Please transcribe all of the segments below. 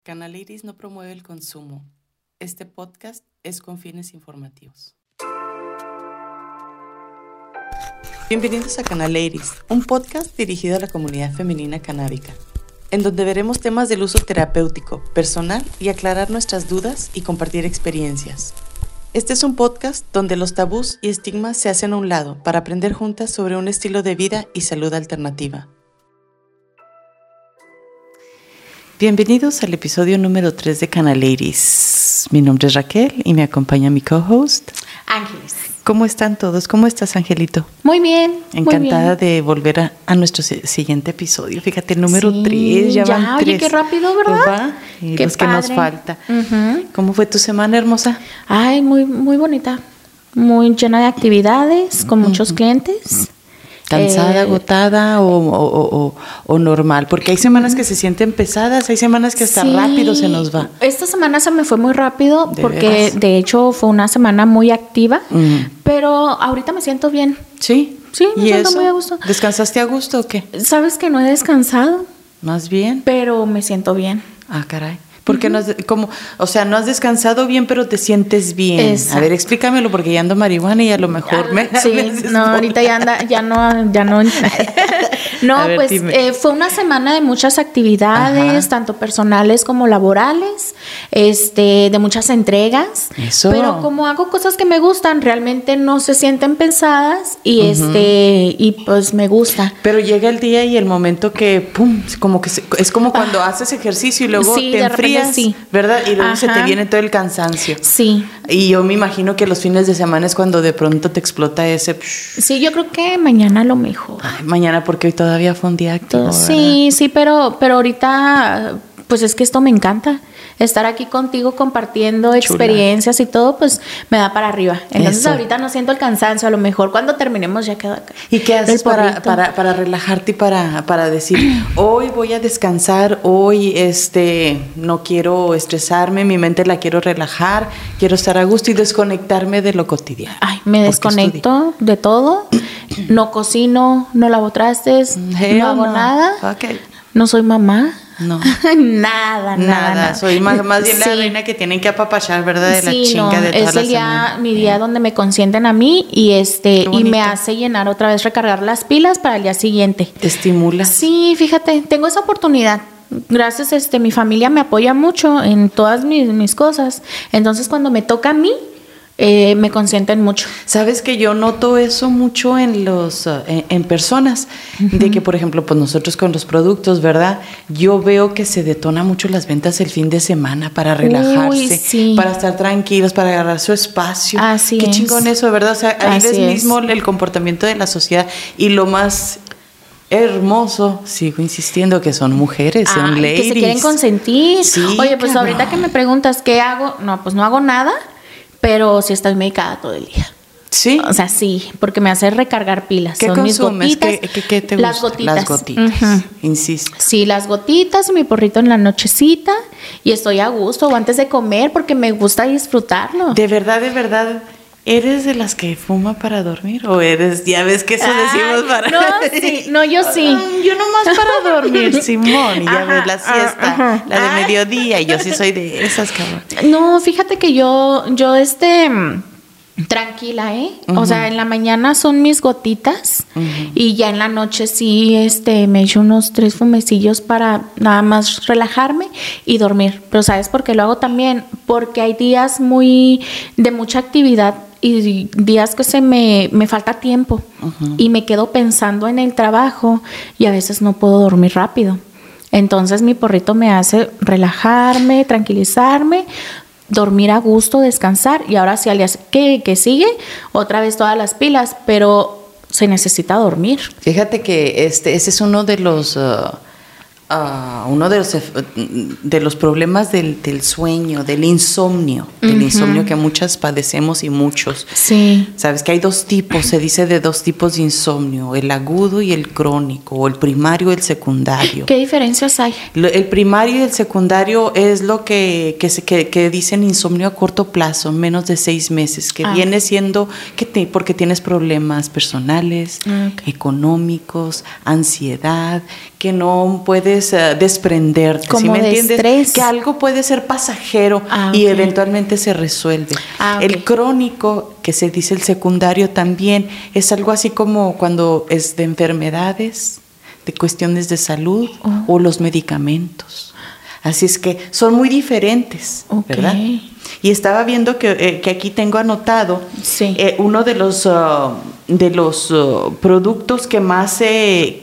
Canal Iris no promueve el consumo. Este podcast es con fines informativos. Bienvenidos a Canal Iris, un podcast dirigido a la comunidad femenina canábica, en donde veremos temas del uso terapéutico, personal y aclarar nuestras dudas y compartir experiencias. Este es un podcast donde los tabús y estigmas se hacen a un lado para aprender juntas sobre un estilo de vida y salud alternativa. Bienvenidos al episodio número 3 de Canal Iris. Mi nombre es Raquel y me acompaña mi co-host Ángeles. ¿Cómo están todos? ¿Cómo estás, Angelito? Muy bien. Encantada de volver a nuestro siguiente episodio. Fíjate, el número 3, ya van 3. Oye, qué rápido, ¿verdad? Y qué los padre. que nos falta. Uh-huh. ¿Cómo fue tu semana, hermosa? Ay, muy bonita. Muy llena de actividades, con muchos clientes. ¿Cansada, agotada o normal? Porque hay semanas que se sienten pesadas, hay semanas que hasta rápido se nos va. Esta semana se me fue muy rápido porque de hecho fue una semana muy activa, pero ahorita me siento bien. ¿Sí? Sí, me siento muy a gusto. ¿Descansaste a gusto o qué? ¿Sabes que no he descansado? Más bien. Pero me siento bien. Ah, caray. Porque no has descansado bien, pero te sientes bien. Exacto. A ver, explícamelo, porque ya ando marihuana y a lo mejor ahorita ya no. No, ver, pues fue una semana de muchas actividades, tanto personales como laborales, de muchas entregas. Eso. Pero como hago cosas que me gustan, realmente no se sienten pesadas y pues me gusta. Pero llega el día y el momento que pum, como que es como cuando haces ejercicio y luego te enfrías. Sí. ¿Verdad? Y luego se te viene todo el cansancio. Sí. Y yo me imagino que los fines de semana es cuando de pronto te explota ese. Sí, yo creo que mañana a lo mejor. Ay, mañana, porque hoy todavía fue un día activo. Sí, ¿verdad? Sí, pero ahorita, pues es que esto me encanta. Estar aquí contigo compartiendo experiencias y todo, pues me da para arriba. Entonces ahorita no siento el cansancio, a lo mejor cuando terminemos ya queda acá. ¿Y qué haces para relajarte y para decir, hoy voy a descansar, hoy no quiero estresarme, mi mente la quiero relajar, quiero estar a gusto y desconectarme de lo cotidiano? Ay, me desconecto de todo, no cocino, no lavo trastes, no hago nada, no soy mamá. No. Nada. Soy más bien la reina que tienen que apapachar, ¿verdad? De la chinga de toda la semana. Mi día donde me consienten a mí y me hace llenar otra vez, recargar las pilas para el día siguiente. ¿Te estimula? Sí, fíjate, tengo esa oportunidad. Gracias, mi familia me apoya mucho en todas mis cosas. Entonces, cuando me toca a mí, me consienten mucho. Sabes que yo noto eso mucho en en personas, de que por ejemplo pues nosotros con los productos, ¿verdad? Yo veo que se detona mucho las ventas el fin de semana para relajarse, para estar tranquilos, para agarrar su espacio. Así Qué es. chingón eso, ¿verdad? O sea, ahí ves mismo el comportamiento de la sociedad y lo más hermoso, sigo insistiendo, que son mujeres, son ladies. Que se quieren consentir. Sí, oye, pues cabrón. ahorita que me preguntas qué hago, no, pues no hago nada. Pero sí estoy medicada todo el día. ¿Sí? O sea, sí, porque me hace recargar pilas. ¿Qué son consumes? Mis gotitas. ¿Qué te las gusta? Gotitas. Las gotitas, insisto. Sí, las gotitas, mi porrito en la nochecita y estoy a gusto o antes de comer porque me gusta disfrutarlo. De verdad, ¿eres de las que fuma para dormir? ¿O eres, ya ves que eso decimos para... No, yo sí. Yo nomás para dormir, Simón, y ya ves la siesta, la de mediodía, y yo sí soy de esas, cabrón. No, fíjate que yo tranquila, O sea, en la mañana son mis gotitas y ya en la noche sí, me echo unos 3 fumecillos para nada más relajarme y dormir. Pero ¿sabes por qué lo hago también? Porque hay días de mucha actividad y días que me falta tiempo y me quedo pensando en el trabajo y a veces no puedo dormir rápido. Entonces mi porrito me hace relajarme, tranquilizarme, dormir a gusto, descansar y ahora sí al día que sigue otra vez todas las pilas, pero se necesita dormir. Fíjate que ese es uno de los de los problemas del sueño, del insomnio que muchas padecemos y muchos. Sí. Sabes que hay 2 tipos, se dice de 2 tipos de insomnio, el agudo y el crónico, o el primario y el secundario. ¿Qué diferencias hay? El primario y el secundario es lo que dicen insomnio a corto plazo, menos de 6 meses, que viene siendo porque tienes problemas personales, económicos, ansiedad, que no puedes desprenderte. Como ¿Sí me de entiendes? estrés. Que algo puede ser pasajero y eventualmente se resuelve. El crónico, que se dice el secundario también, es algo así como cuando es de enfermedades, de cuestiones de salud o los medicamentos. Así es que son muy diferentes, ¿verdad? Y estaba viendo que aquí tengo anotado uno de los productos que más se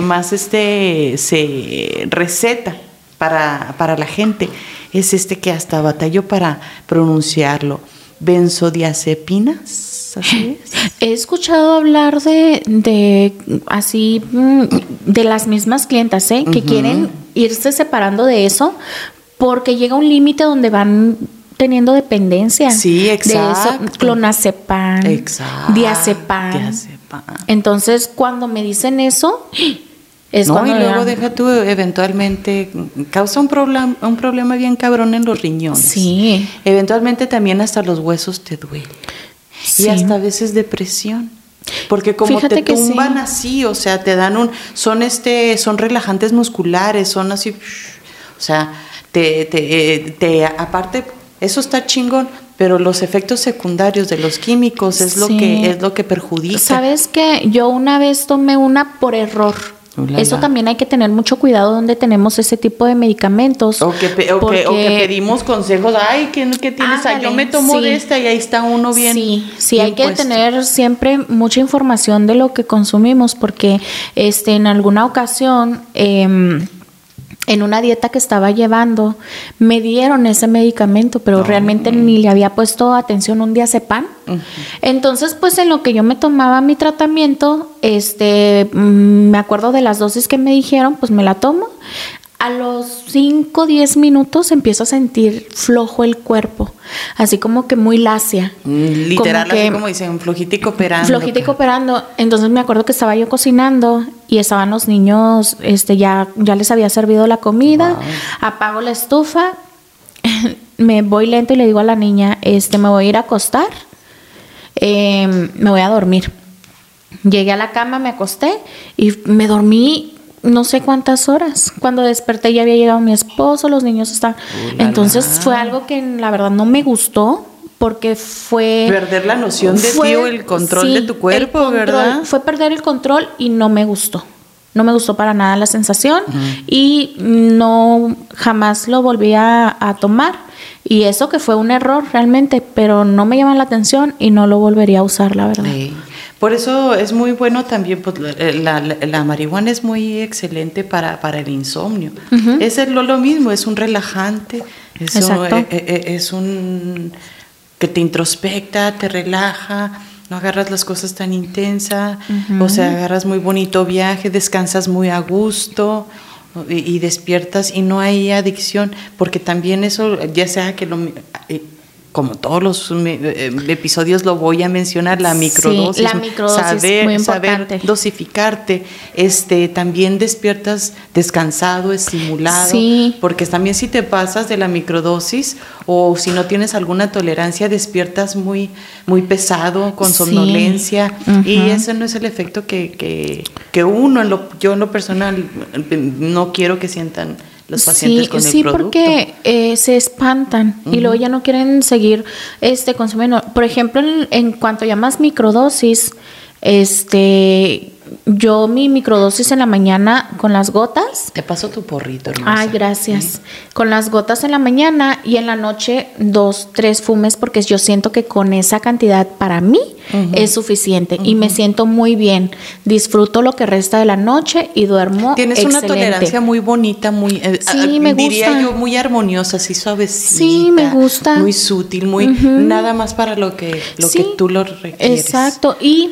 receta para la gente es que hasta batallo para pronunciarlo, benzodiazepinas. ¿Así es? He escuchado hablar de así de las mismas clientas, que quieren irse separando de eso porque llega un límite donde van teniendo dependencia. Sí, exacto. De eso, clonazepam, diazepam. Entonces, cuando me dicen eso, es cuando y luego deja tú, eventualmente causa un problema bien cabrón en los riñones. Sí. Eventualmente también hasta los huesos te duelen. Sí. Y hasta a veces depresión. Porque como te tumban así, o sea, te dan son relajantes musculares, son así, o sea, aparte, eso está chingón, pero los efectos secundarios de los químicos es lo que perjudica. ¿Sabes qué? Yo una vez tomé una por error. Eso también hay que tener mucho cuidado donde tenemos ese tipo de medicamentos. O que pedimos consejos. Ay, ¿qué tienes? Yo me tomo de esta y ahí está uno bien. Sí, hay que tener siempre mucha información de lo que consumimos porque en alguna ocasión en una dieta que estaba llevando me dieron ese medicamento, pero realmente ni le había puesto atención un diazepam. Entonces, pues en lo que yo me tomaba mi tratamiento, me acuerdo de las dosis que me dijeron, pues me la tomo. A los 5 o 10 minutos empiezo a sentir flojo el cuerpo, así como que muy lacia. Literal, así como dicen, flojita y cooperando. Flojita y cooperando. Entonces me acuerdo que estaba yo cocinando y estaban los niños, ya les había servido la comida, apago la estufa, me voy lento y le digo a la niña, me voy a ir a acostar, me voy a dormir. Llegué a la cama, me acosté y me dormí no sé cuántas horas. Cuando desperté ya había llegado mi esposo, los niños estaban. Entonces fue algo que la verdad no me gustó porque fue perder la noción de ti o el control de tu cuerpo, ¿verdad? Fue perder el control y no me gustó. No me gustó para nada la sensación y no jamás lo volví a tomar. Y eso que fue un error realmente, pero no me llama la atención y no lo volvería a usar, la verdad. Sí. Por eso es muy bueno también, pues, la marihuana es muy excelente para el insomnio. Es lo mismo, es un relajante, es un que te introspecta, te relaja, no agarras las cosas tan intensas, o sea, agarras muy bonito viaje, descansas muy a gusto y despiertas y no hay adicción, porque también eso, ya sea que como todos los episodios lo voy a mencionar, la microdosis, la microdosis muy saber dosificarte, también despiertas descansado, estimulado, porque también si te pasas de la microdosis o si no tienes alguna tolerancia, despiertas muy, muy pesado, con somnolencia, y ese no es el efecto que uno, yo en lo personal, no quiero que sientan los pacientes con el producto. Sí, porque se espantan y luego ya no quieren seguir consumiendo. Por ejemplo, en cuanto llamas microdosis, yo mi microdosis en la mañana con las gotas. Te paso tu porrito, hermosa. Ay, gracias. Con las gotas en la mañana y en la noche 2, 3 fumes porque yo siento que con esa cantidad para mí es suficiente y me siento muy bien. Disfruto lo que resta de la noche y duermo Tienes excelente. Una tolerancia muy bonita, muy me diría gusta. Yo muy armoniosa, así suavecita. Sí, me gusta. Muy sutil, muy nada más para lo que tú lo requieres. Exacto. Y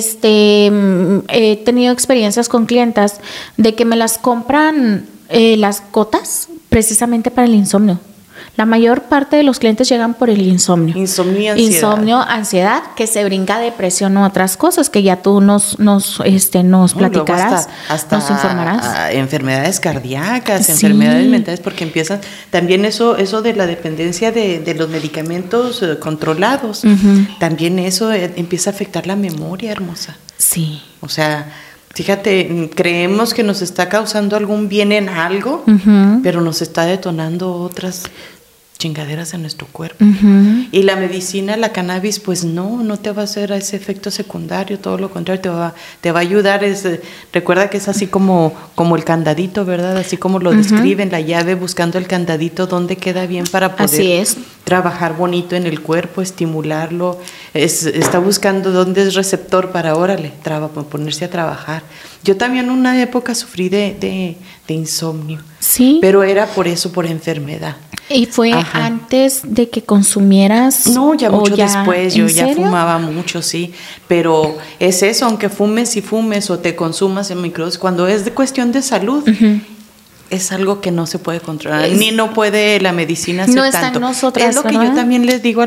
he tenido experiencias con clientas de que me las compran las gotas precisamente para el insomnio. La mayor parte de los clientes llegan por el insomnio. Insomnio, ansiedad, que se brinca a depresión o otras cosas que ya tú nos platicarás, nos informarás. Enfermedades cardíacas, enfermedades mentales, porque empiezan también eso de la dependencia de los medicamentos controlados. También eso empieza a afectar la memoria, hermosa. Sí. O sea, Fíjate, creemos que nos está causando algún bien en algo, pero nos está detonando otras chingaderas en nuestro cuerpo. Y la medicina, la cannabis, pues no te va a hacer ese efecto secundario, todo lo contrario, te va a ayudar. Recuerda que es así como el candadito, ¿verdad? Así como lo describen, la llave buscando el candadito, dónde queda bien para poder trabajar bonito en el cuerpo, estimularlo. Está buscando dónde es receptor para, ponerse a trabajar. Yo también una época sufrí de insomnio, ¿sí? Pero era por enfermedad. ¿Y fue antes de que consumieras? No, ya mucho después. Yo ya serio? fumaba mucho, sí. Pero es eso, aunque fumes o te consumas en microdosis, cuando es de cuestión de salud, es algo que no se puede controlar, ni no puede la medicina hacer no está tanto. En nosotras, es lo que ¿verdad? yo también les digo a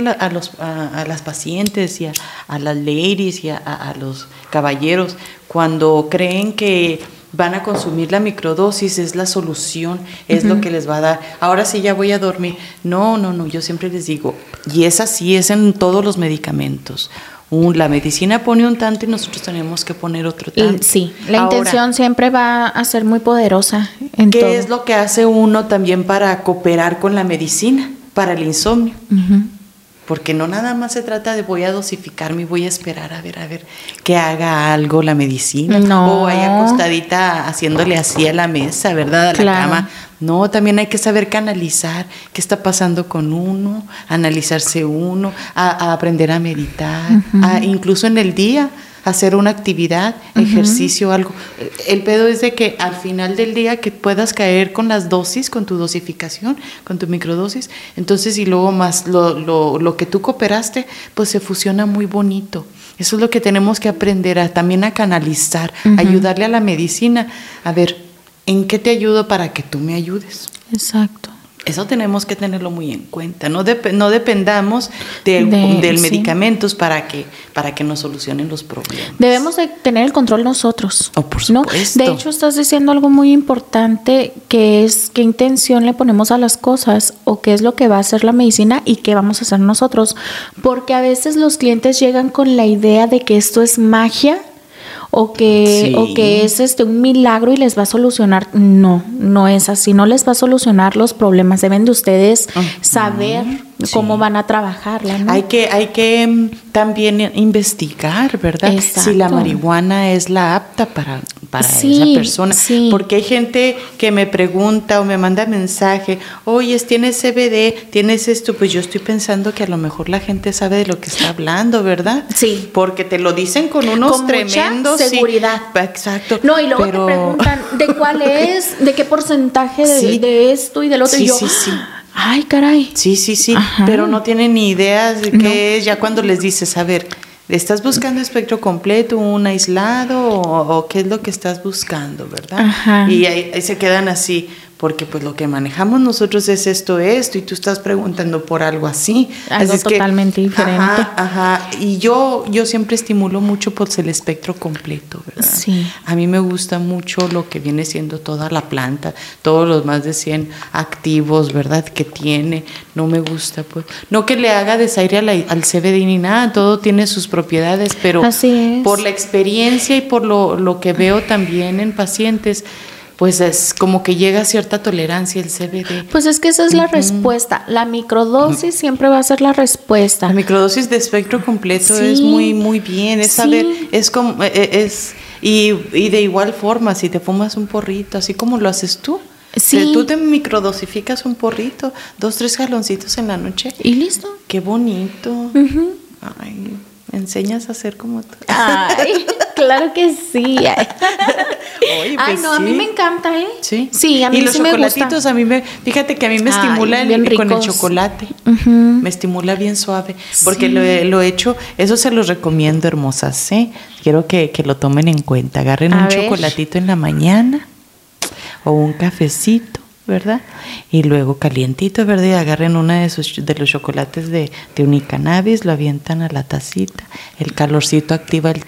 las pacientes y a las ladies y a los caballeros, cuando creen que van a consumir la microdosis, es la solución, es lo que les va a dar. Ahora sí ya voy a dormir. No, yo siempre les digo, y es así, es en todos los medicamentos. La medicina pone un tanto y nosotros tenemos que poner otro tanto. Sí, la intención siempre va a ser muy poderosa en todo. ¿Qué es lo que hace uno también para cooperar con la medicina, para el insomnio? Porque no nada más se trata de voy a dosificarme y voy a esperar a ver que haga algo la medicina. No. O vaya acostadita haciéndole así a la mesa, ¿verdad? A la cama. No, también hay que saber canalizar qué está pasando con uno, analizarse uno, a aprender a meditar, incluso en el día hacer una actividad, ejercicio, algo. El pedo es de que al final del día que puedas caer con las dosis, con tu dosificación, con tu microdosis, entonces y luego más lo que tú cooperaste, pues se fusiona muy bonito. Eso es lo que tenemos que aprender también a canalizar, ayudarle a la medicina. A ver, ¿en qué te ayudo para que tú me ayudes? Exacto. Eso tenemos que tenerlo muy en cuenta. No dependamos del medicamentos para que nos solucionen los problemas. Debemos de tener el control nosotros. Por supuesto. ¿No? De hecho, estás diciendo algo muy importante, que es qué intención le ponemos a las cosas o qué es lo que va a hacer la medicina y qué vamos a hacer nosotros. Porque a veces los clientes llegan con la idea de que esto es magia o que es un milagro y les va a solucionar. No es así, no les va a solucionar los problemas. Deben de ustedes saber cómo van a trabajarla, ¿no? Hay que también investigar, ¿verdad? Exacto. Si la marihuana es la apta para esa persona. Sí. Porque hay gente que me pregunta o me manda mensaje, oye, ¿tienes CBD? ¿Tienes esto? Pues yo estoy pensando que a lo mejor la gente sabe de lo que está hablando, ¿verdad? Sí. Porque te lo dicen con unos tremendos... Mucha seguridad. Sí, exacto. No, y luego te preguntan de cuál es, de qué porcentaje de esto y del otro. Sí, y yo, sí. Ay, caray. Sí, pero no tienen ni idea de qué es. Ya cuando les dices, a ver, ¿estás buscando espectro completo, un aislado o qué es lo que estás buscando, verdad? Ajá. Y ahí se quedan así, porque pues lo que manejamos nosotros es esto, y tú estás preguntando por algo así. Algo así totalmente diferente. Ajá. Y yo siempre estimulo mucho pues el espectro completo, ¿verdad? Sí. A mí me gusta mucho lo que viene siendo toda la planta, todos los más de 100 activos, ¿verdad? Que tiene. No me gusta, pues. No que le haga desaire al CBD ni nada, todo tiene sus propiedades, pero así es. Por la experiencia y por lo que veo también en pacientes, pues es como que llega a cierta tolerancia el CBD. Pues es que esa es la respuesta. La microdosis siempre va a ser la respuesta. La microdosis de espectro completo es muy, muy bien. Es saber, es como, y de igual forma, si te fumas un porrito, así como lo haces tú. Sí. Tú te microdosificas un porrito, 2-3 jaloncitos en la noche. Y listo. Qué bonito. Ay, ¿me enseñas a hacer como tú? Ay, claro que sí. Oye, pues ay, no, a mí me encanta, ¿eh? Sí. Sí, a mí y los sí me gusta. chocolatitos, fíjate que a mí me estimula con el chocolate. Me estimula bien suave. Porque lo he hecho, eso se los recomiendo, hermosas, ¿eh? Quiero que lo tomen en cuenta. Agarren un chocolatito en la mañana o un cafecito ¿verdad? Y luego calientito, ¿verdad? Y agarren una de los chocolates de Unicannabis, lo avientan a la tacita, el calorcito activa el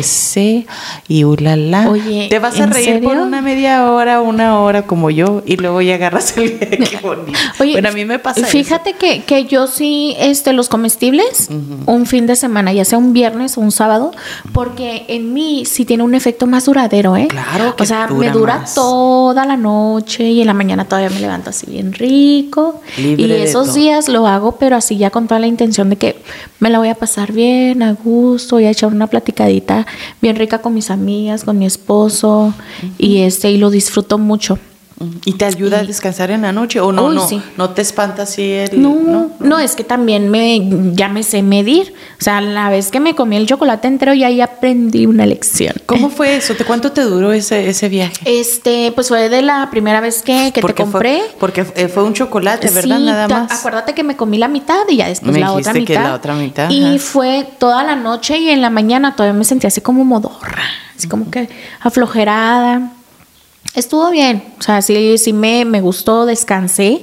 THC y ulala. Oye, te vas a reír serio? por una media hora, una hora como yo, y luego ya agarras el qué bonito. Oye, bueno, a mí me pasa fíjate eso. que yo sí, los comestibles, un fin de semana, ya sea un viernes o un sábado, porque en mí sí tiene un efecto más duradero, ¿eh? Claro que o sea, dura me dura más. toda la noche y en la mañana todavía me levanto así bien rico. Libre y de esos todo. días lo hago, pero así ya con toda la intención de que me la voy a pasar bien, a gusto, voy a echar una platicadita bien rica con mis amigas, con mi esposo, y lo disfruto mucho. ¿Y te ayuda a descansar en la noche o no? Uy, no, sí. no te espanta así el... No, es que también ya me sé medir. O sea, la vez que me comí el chocolate entero ya ahí aprendí una lección. ¿Cómo fue eso? ¿Cuánto te duró ese viaje? Pues fue de la primera vez que te compré. Porque fue un chocolate, ¿verdad? Sí, Nada más. acuérdate que me comí la mitad y ya después Me la otra dijiste mitad. que la otra mitad, Y ajá. fue toda la noche y en la mañana todavía me sentía así como modorra, así como que aflojerada. Estuvo bien, o sea, sí me gustó, descansé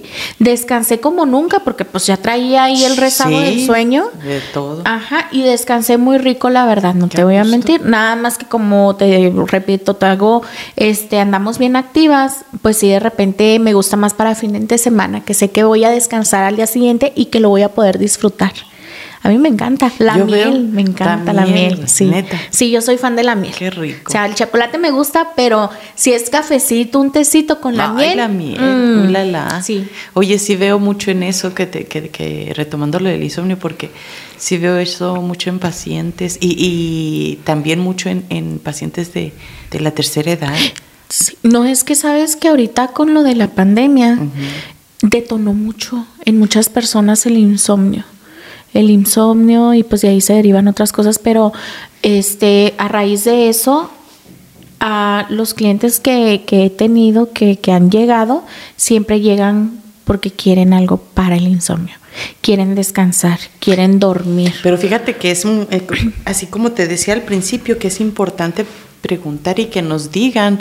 como nunca porque pues ya traía ahí el rezago del sueño. De todo. Ajá, y descansé muy rico, la verdad, no te voy a mentir. Nada más que como te repito, te hago, andamos bien activas, pues sí, de repente me gusta más para fin de semana, que sé que voy a descansar al día siguiente y que lo voy a poder disfrutar. A mí me encanta la miel, me encanta la miel, sí. Neta. Sí, yo soy fan de la miel. Qué rico. O sea, el chocolate me gusta, pero si es cafecito, un tecito con la miel. La miel, ulala. Sí. Oye, sí veo mucho en eso que retomando lo del insomnio, porque sí veo eso mucho en pacientes y también mucho en pacientes de la tercera edad. Sí. No, es que sabes que ahorita con lo de la pandemia detonó mucho en muchas personas el insomnio y pues de ahí se derivan otras cosas, pero a raíz de eso a los clientes que he tenido que han llegado siempre llegan porque quieren algo para el insomnio, quieren descansar, quieren dormir. Pero fíjate que es así como te decía al principio, que es importante preguntar y que nos digan,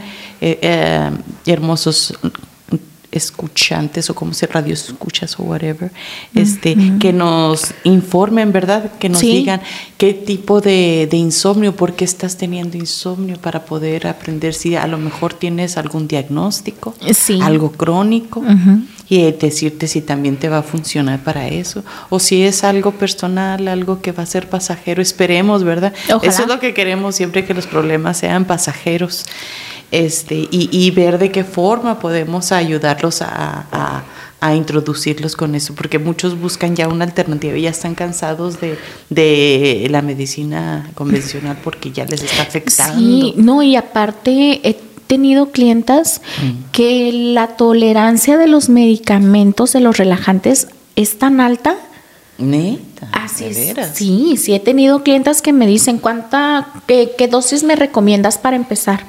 hermosos escuchantes o como se radio escuchas o whatever, que nos informen, ¿verdad? Que nos digan qué tipo de insomnio, por qué estás teniendo insomnio, para poder aprender si a lo mejor tienes algún diagnóstico, algo crónico, y decirte si también te va a funcionar para eso, o si es algo personal, algo que va a ser pasajero, esperemos, ¿verdad? Ojalá. Eso es lo que queremos siempre, que los problemas sean pasajeros. Y ver de qué forma podemos ayudarlos a introducirlos con eso, porque muchos buscan ya una alternativa y ya están cansados de la medicina convencional porque ya les está afectando. Sí, no, y aparte he tenido clientas que la tolerancia de los medicamentos, de los relajantes, es tan alta. Neta, Así ¿de veras? Sí, he tenido clientas que me dicen qué dosis me recomiendas para empezar.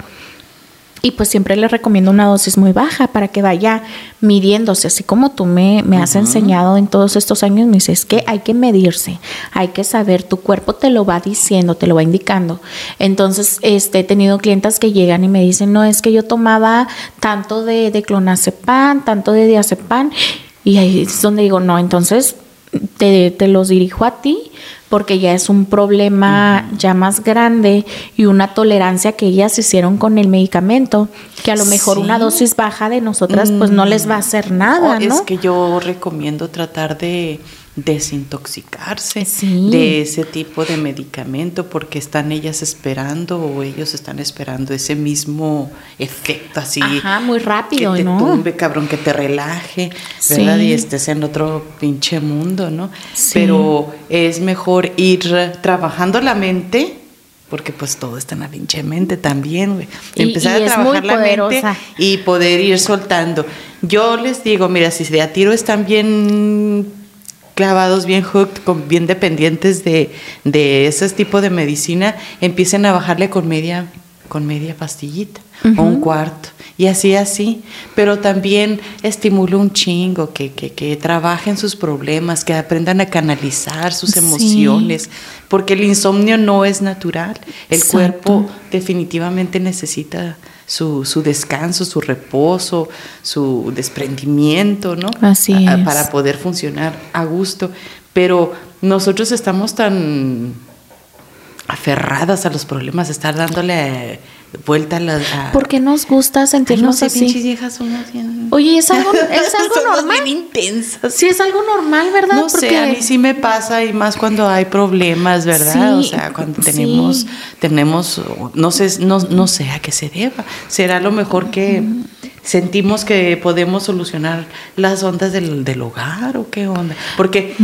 Y pues siempre les recomiendo una dosis muy baja para que vaya midiéndose, así como tú me has enseñado en todos estos años. Me dices que hay que medirse, hay que saber, tu cuerpo te lo va diciendo, te lo va indicando. Entonces, he tenido clientas que llegan y me dicen, no, es que yo tomaba tanto de clonazepam, tanto de diazepam, y ahí es donde digo, no, entonces te los dirijo a ti, porque ya es un problema ya más grande y una tolerancia que ellas hicieron con el medicamento, que a lo mejor una dosis baja de nosotras pues no les va a hacer nada, ¿no? Es que yo recomiendo tratar de desintoxicarse Sí. de ese tipo de medicamento, porque están ellas esperando o ellos están esperando ese mismo efecto así. Ajá, muy rápido, que te ¿no? tumbe, cabrón, que te relaje, ¿verdad? Sí. Y estés en otro pinche mundo, ¿no? Sí. Pero es mejor ir trabajando la mente, porque pues todo está en la pinche mente también, güey. Empezar y a es trabajar muy la poderosa. mente y poder ir soltando. Yo les digo, mira, si de a tiro están bien clavados, bien hooked, bien dependientes de ese tipo de medicina, empiecen a bajarle con media pastillita o un cuarto, y así, pero también estimulo un chingo, que trabajen sus problemas, que aprendan a canalizar sus emociones, porque el insomnio no es natural, el Exacto. cuerpo definitivamente necesita su descanso, su reposo, su desprendimiento, ¿no? Así es. Para poder funcionar a gusto. Pero nosotros estamos tan aferradas a los problemas, estar dándole vuelta a... Porque nos gusta sentirnos así. Pinches viejas somos bien... Oye, es algo normal. Bien intensas. Sí, es algo normal, ¿verdad? No sé, a mí sí me pasa, y más cuando hay problemas, ¿verdad? Sí, o sea, cuando tenemos, no sé a qué se deba. Será lo mejor que sentimos que podemos solucionar las ondas del hogar, o qué onda. Porque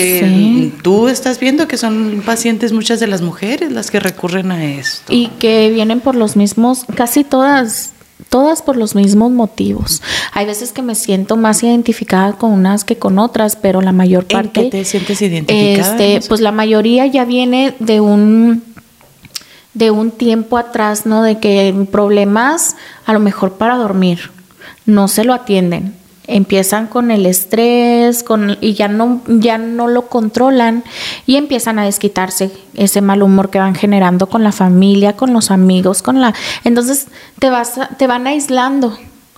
tú estás viendo que son pacientes muchas de las mujeres las que recurren a esto. Y que vienen por los mismos, casi todas por los mismos motivos. Hay veces que me siento más identificada con unas que con otras, pero la mayor parte... ¿En qué te sientes identificada? Pues la mayoría ya viene de un tiempo atrás, ¿no? De que problemas a lo mejor para dormir no se lo atienden. Empiezan con el estrés, y ya no lo controlan, y empiezan a desquitarse ese mal humor que van generando con la familia, con los amigos, entonces te van aislando,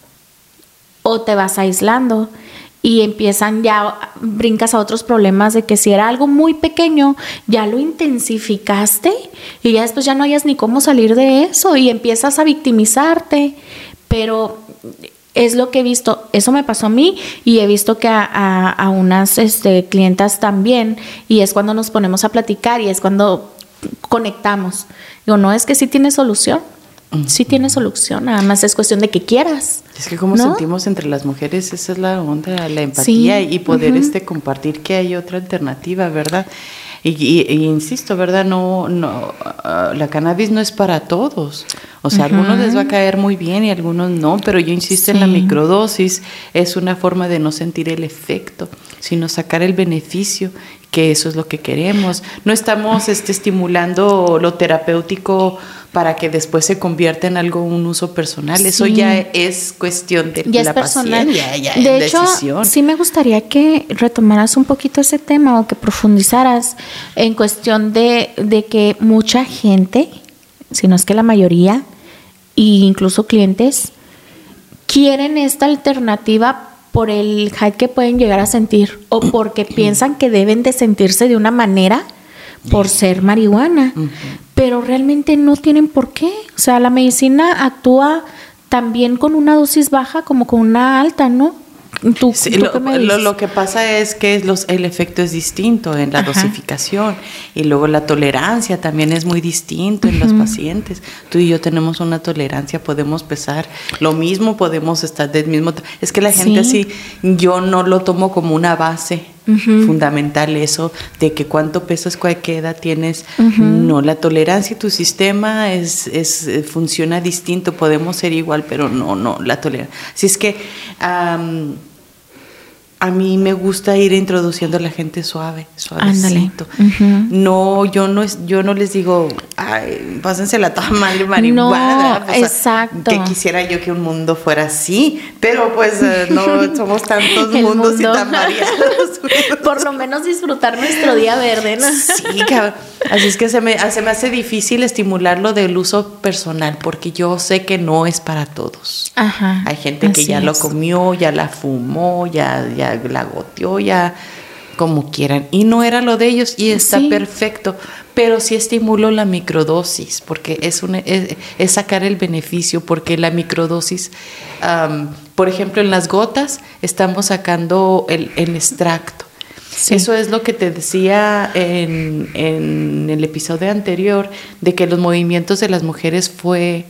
o te vas aislando, y brincas a otros problemas de que si era algo muy pequeño, ya lo intensificaste, y ya después ya no hayas ni cómo salir de eso, y empiezas a victimizarte. Pero es lo que he visto, eso me pasó a mí, y he visto que a unas clientas también, y es cuando nos ponemos a platicar y es cuando conectamos. Digo, no, es que sí tiene solución, sí tiene solución, nada más es cuestión de que quieras. Es que como sentimos entre las mujeres, esa es la onda, la empatía, sí. Y poder compartir que hay otra alternativa, ¿verdad? Y insisto, ¿verdad? No, la cannabis no es para todos. O sea, a algunos les va a caer muy bien y a algunos no, pero yo insisto en la microdosis. Es una forma de no sentir el efecto, sino sacar el beneficio, que eso es lo que queremos. No estamos estimulando lo terapéutico para que después se convierta en un uso personal. Eso ya es cuestión de la paciente. De hecho, decisión. Sí me gustaría que retomaras un poquito ese tema, o que profundizaras en cuestión de que mucha gente, si no es que la mayoría, e incluso clientes, quieren esta alternativa por el hype que pueden llegar a sentir, o porque piensan que deben de sentirse de una manera por ser marihuana, pero realmente no tienen por qué. O sea, la medicina actúa también con una dosis baja como con una alta, ¿no? ¿Tú qué me dices? Lo que pasa es que el efecto es distinto en la dosificación, y luego la tolerancia también es muy distinto en los pacientes. Tú y yo tenemos una tolerancia, podemos pesar lo mismo, podemos estar del mismo... Es que la gente así, yo no lo tomo como una base fundamental, eso de que cuánto pesas, qué edad tienes. No, la tolerancia y tu sistema funciona distinto. Podemos ser igual, pero no la tolerancia. Así es que a mí me gusta ir introduciendo a la gente suavecito. No, yo no les digo, ay, pásensela toda mal marihuana. No, exacto. Que quisiera yo que un mundo fuera así, pero pues no somos tantos mundos y tan variados. Por lo menos disfrutar nuestro día verde, ¿no? Sí, cabrón. Así es que se me hace difícil estimularlo del uso personal, porque yo sé que no es para todos. Ajá. Hay gente que ya lo comió, ya la fumó, ya la goteó, ya como quieran, y no era lo de ellos, y está perfecto, pero sí estimulo la microdosis, porque es sacar el beneficio, porque la microdosis, por ejemplo, en las gotas estamos sacando el extracto. Sí. Eso es lo que te decía en el episodio anterior, de que los movimientos de las mujeres fue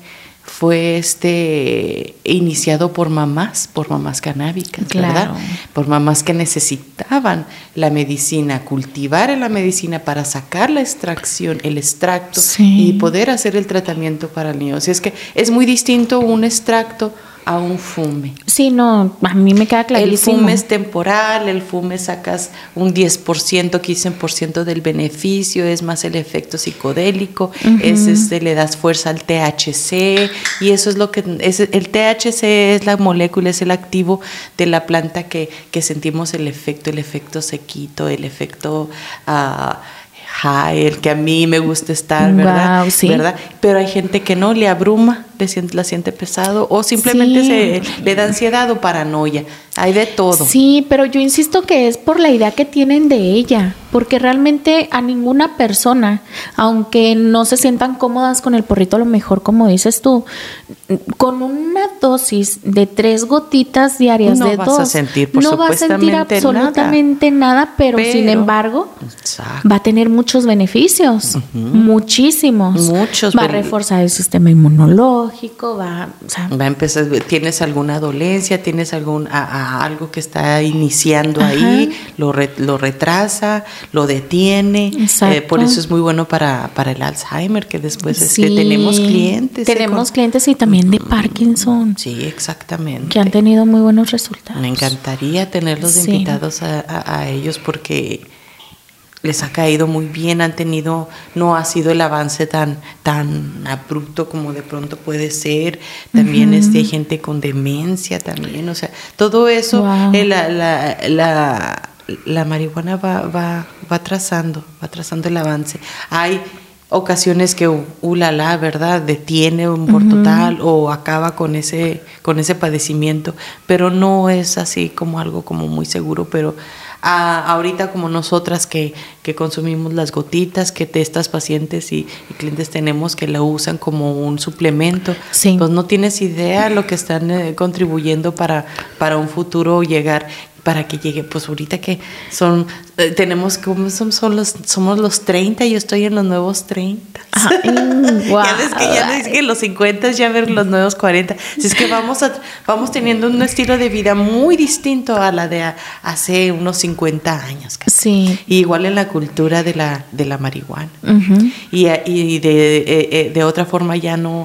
iniciado por mamás canábicas, ¿verdad? Por mamás que necesitaban la medicina, cultivar la medicina para sacar la extracción, el extracto, y poder hacer el tratamiento para el niño. O sea, es que es muy distinto un extracto a un fume. Sí, no, a mí me queda clarísimo. El fume es temporal, el fume sacas un 10%, 15% del beneficio, es más el efecto psicodélico, le das fuerza al THC, y eso es lo que el THC es la molécula, es el activo de la planta que sentimos el efecto sequito, el efecto high, el que a mí me gusta estar, ¿verdad? Wow, sí. ¿verdad? Pero hay gente que no, le abruma la siente pesado o simplemente le da ansiedad o paranoia. Hay de todo. Sí, pero yo insisto que es por la idea que tienen de ella, porque realmente a ninguna persona, aunque no se sientan cómodas con el porrito, a lo mejor como dices tú, con una dosis de 3 gotitas diarias no de vas 2, a sentir, no va a sentir absolutamente nada, pero sin embargo va a tener muchos beneficios, muchísimos. Va a reforzar el sistema inmunológico, va a empezar, tienes alguna dolencia, tienes algo que está iniciando ahí, lo retrasa, lo detiene. Por eso es muy bueno para el Alzheimer, que después tenemos clientes. Tenemos clientes y también de Parkinson. Sí, exactamente. Que han tenido muy buenos resultados. Me encantaría tenerlos invitados a ellos porque les ha caído muy bien, no ha sido el avance tan abrupto como de pronto puede ser. También hay gente con demencia también, o sea, todo eso, la marihuana va trazando el avance. Hay ocasiones que ¿verdad? Detiene por total o acaba con ese padecimiento, pero no es así como algo como muy seguro. Pero ahorita como nosotras que consumimos las gotitas, que estas pacientes y clientes tenemos que la usan como un suplemento, pues no tienes idea lo que están contribuyendo para un futuro para que llegue, pues ahorita que somos los 30, yo estoy en los nuevos 30. Wow. Ya ves que ya no es que los 50 ya ver los nuevos 40. Así es que vamos teniendo un estilo de vida muy distinto a la de hace unos 50 años. Sí. Y igual en la cultura de la marihuana. Y de otra forma ya no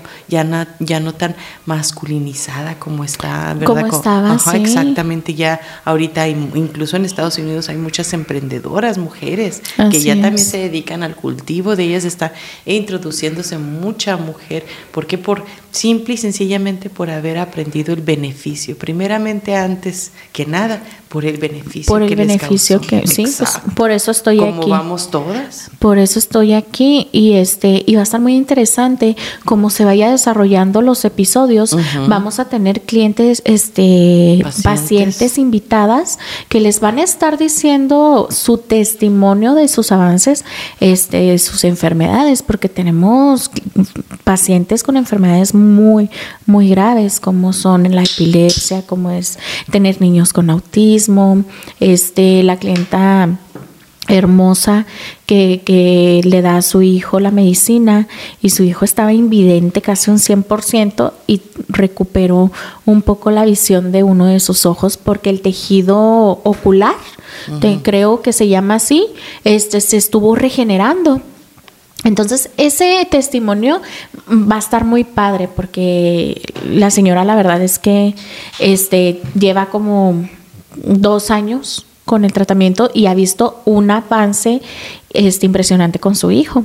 tan masculinizada como está, ¿verdad? Como estaba, sí. Exactamente, ya ahorita incluso en Estados Unidos hay muchas emprendedoras, mujeres, que ya también se dedican al cultivo de ellas. Está introduciéndose mucha mujer. ¿Por qué? Simple y sencillamente por haber aprendido el beneficio. Primeramente, antes que nada, por el beneficio. Por el beneficio que sí, pues por eso estoy aquí. Como vamos todas. Por eso estoy aquí y va a estar muy interesante cómo se vaya desarrollando los episodios. Vamos a tener clientes, pacientes invitadas que les van a estar diciendo su testimonio de sus avances, sus enfermedades, porque tenemos pacientes con enfermedades muy, muy graves, como son la epilepsia, como es tener niños con autismo, la clienta hermosa que le da a su hijo la medicina y su hijo estaba invidente casi un 100% y recuperó un poco la visión de uno de sus ojos porque el tejido ocular, creo que se llama así, se estuvo regenerando. Entonces ese testimonio va a estar muy padre porque la señora la verdad es que lleva como 2 años con el tratamiento y ha visto un avance impresionante con su hijo.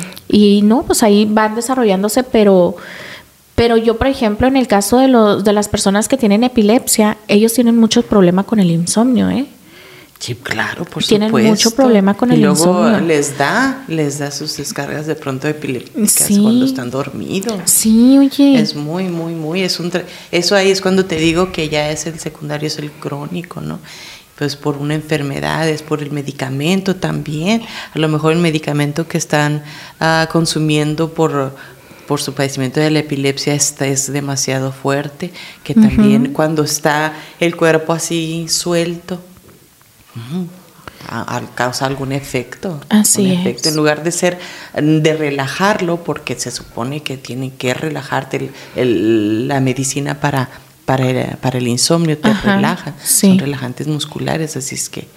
Y no, pues ahí van desarrollándose, pero yo, por ejemplo, en el caso de las personas que tienen epilepsia, ellos tienen mucho problema con el insomnio, Sí, claro, por tienen supuesto. Mucho problema con el insomnio. Y luego les da sus descargas de pronto epilépticas cuando están dormidos. Sí, oye. Es muy, muy, muy, eso ahí es cuando te digo que ya es el secundario, es el crónico, ¿no? Pues por una enfermedad, es por el medicamento también. A lo mejor el medicamento que están consumiendo por su padecimiento de la epilepsia es demasiado fuerte, que también cuando está el cuerpo así suelto, causa algún efecto. Así es. En lugar de relajarlo, porque se supone que tienen que relajarte la medicina para el insomnio, te relaja. Son relajantes musculares, así es que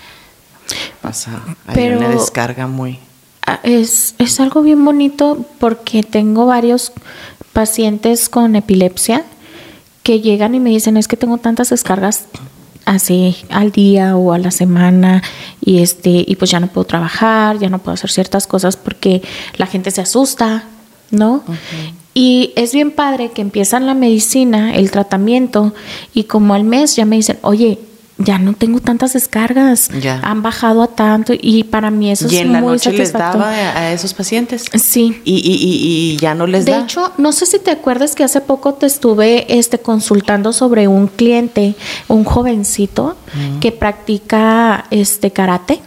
hay una descarga muy... Es algo bien bonito porque tengo varios pacientes con epilepsia que llegan y me dicen, es que tengo tantas descargas así al día o a la semana y pues ya no puedo trabajar, ya no puedo hacer ciertas cosas porque la gente se asusta, ¿no? Y es bien padre que empiezan la medicina, el tratamiento, y como al mes ya me dicen, oye, ya no tengo tantas descargas, han bajado a tanto y para mí eso es muy satisfactorio. ¿Y en la noche les daba a esos pacientes? Sí. ¿Y ya no les da? De hecho, no sé si te acuerdas que hace poco te estuve consultando sobre un cliente, un jovencito que practica karate.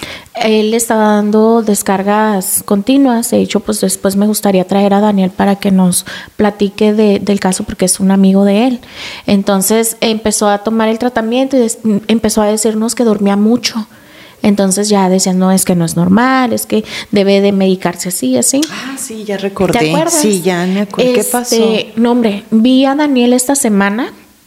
Él estaba dando descargas continuas. De hecho, pues después me gustaría traer a Daniel para que nos platique del caso porque es un amigo de él. Entonces empezó a tomar el tratamiento y empezó a decirnos que dormía mucho. Entonces ya decían, no, es que no es normal, es que debe de medicarse así, así. Ah, sí, ya recordé. ¿Te acuerdas? Sí, ya me acuerdo. ¿Qué pasó? No, hombre, vi a Daniel esta semana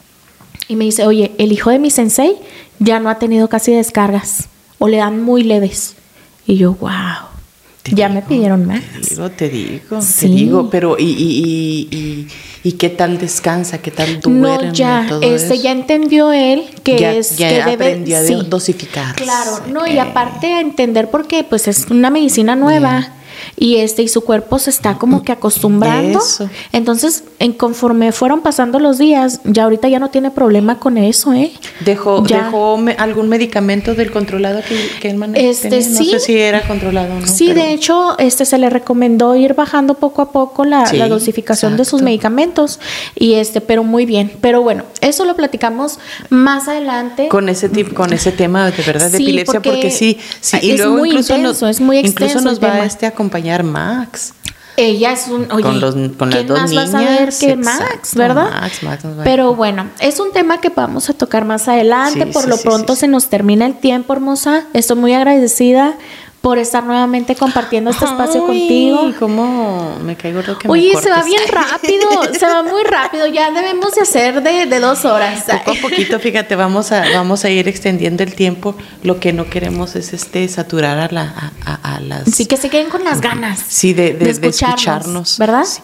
y me dice, oye, el hijo de mi sensei ya no ha tenido casi descargas. O le dan muy leves. Y yo, wow. Ya me pidieron más. Te digo, pero ¿y qué tal descansa? ¿Qué tal duerme? No, ya, todo eso? ya entendió él que ya que aprendió debe a dosificar. Claro, no, y aparte a entender porque pues es una medicina nueva. Y y su cuerpo se está como que acostumbrando. Eso. Entonces, conforme fueron pasando los días, ya ahorita ya no tiene problema con eso, ¿Dejó algún medicamento del controlado que él manejaba? No sí. sé si era controlado o no. Sí, pero de hecho, se le recomendó ir bajando poco a poco la dosificación de sus medicamentos. Y pero muy bien. Pero bueno, eso lo platicamos más adelante. Con ese tema de verdad de epilepsia, porque sí. Y es luego muy intenso, es muy extenso. Incluso nos va a acompañar Max. Ella es con las dos niñas. ¿Quién más va a saber que Max, verdad? Max nos va Pero bueno, es un tema que vamos a tocar más adelante. Por lo pronto se nos termina el tiempo, hermosa. Estoy muy agradecida por estar nuevamente compartiendo este espacio contigo. ¿Cómo me caigo lo que Oye, me se va bien rápido, se va muy rápido. Ya debemos de hacer de 2 horas. Poco a poquito, fíjate, vamos a ir extendiendo el tiempo. Lo que no queremos es saturar a las... Sí, que se queden con las ganas. Sí, de escucharnos. ¿Verdad? Sí.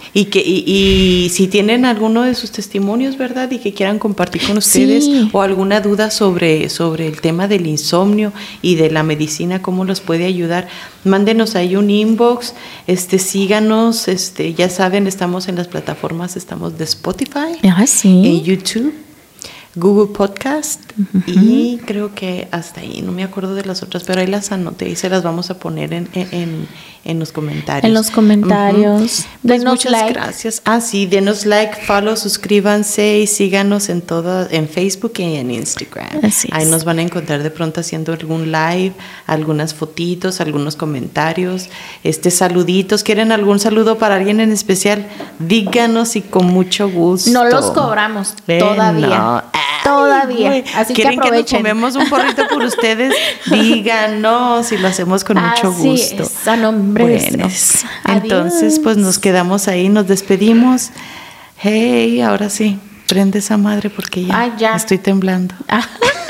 Y si tienen alguno de sus testimonios, ¿verdad? Y que quieran compartir con ustedes o alguna duda sobre el tema del insomnio y de la medicina, cómo los puede ayudar, mándenos ahí un inbox, síganos, ya saben, estamos en las plataformas, estamos de Spotify, en YouTube, Google Podcast y creo que hasta ahí, no me acuerdo de las otras, pero ahí las anoté y se las vamos a poner en los comentarios. En los comentarios. Pues muchas gracias. Sí, denos like, follow, suscríbanse y síganos en Facebook y en Instagram. Ahí nos van a encontrar de pronto haciendo algún live, algunas fotitos, algunos comentarios, saluditos. ¿Quieren algún saludo para alguien en especial? Díganos y con mucho gusto. No los cobramos todavía. No. Todavía. Así que aprovechen. ¿Quieren que nos comemos un porrito por ustedes? Díganos y lo hacemos con mucho gusto. A nombre bueno, entonces pues nos quedamos ahí, nos despedimos. Hey, ahora sí, prende esa madre porque ya estoy temblando.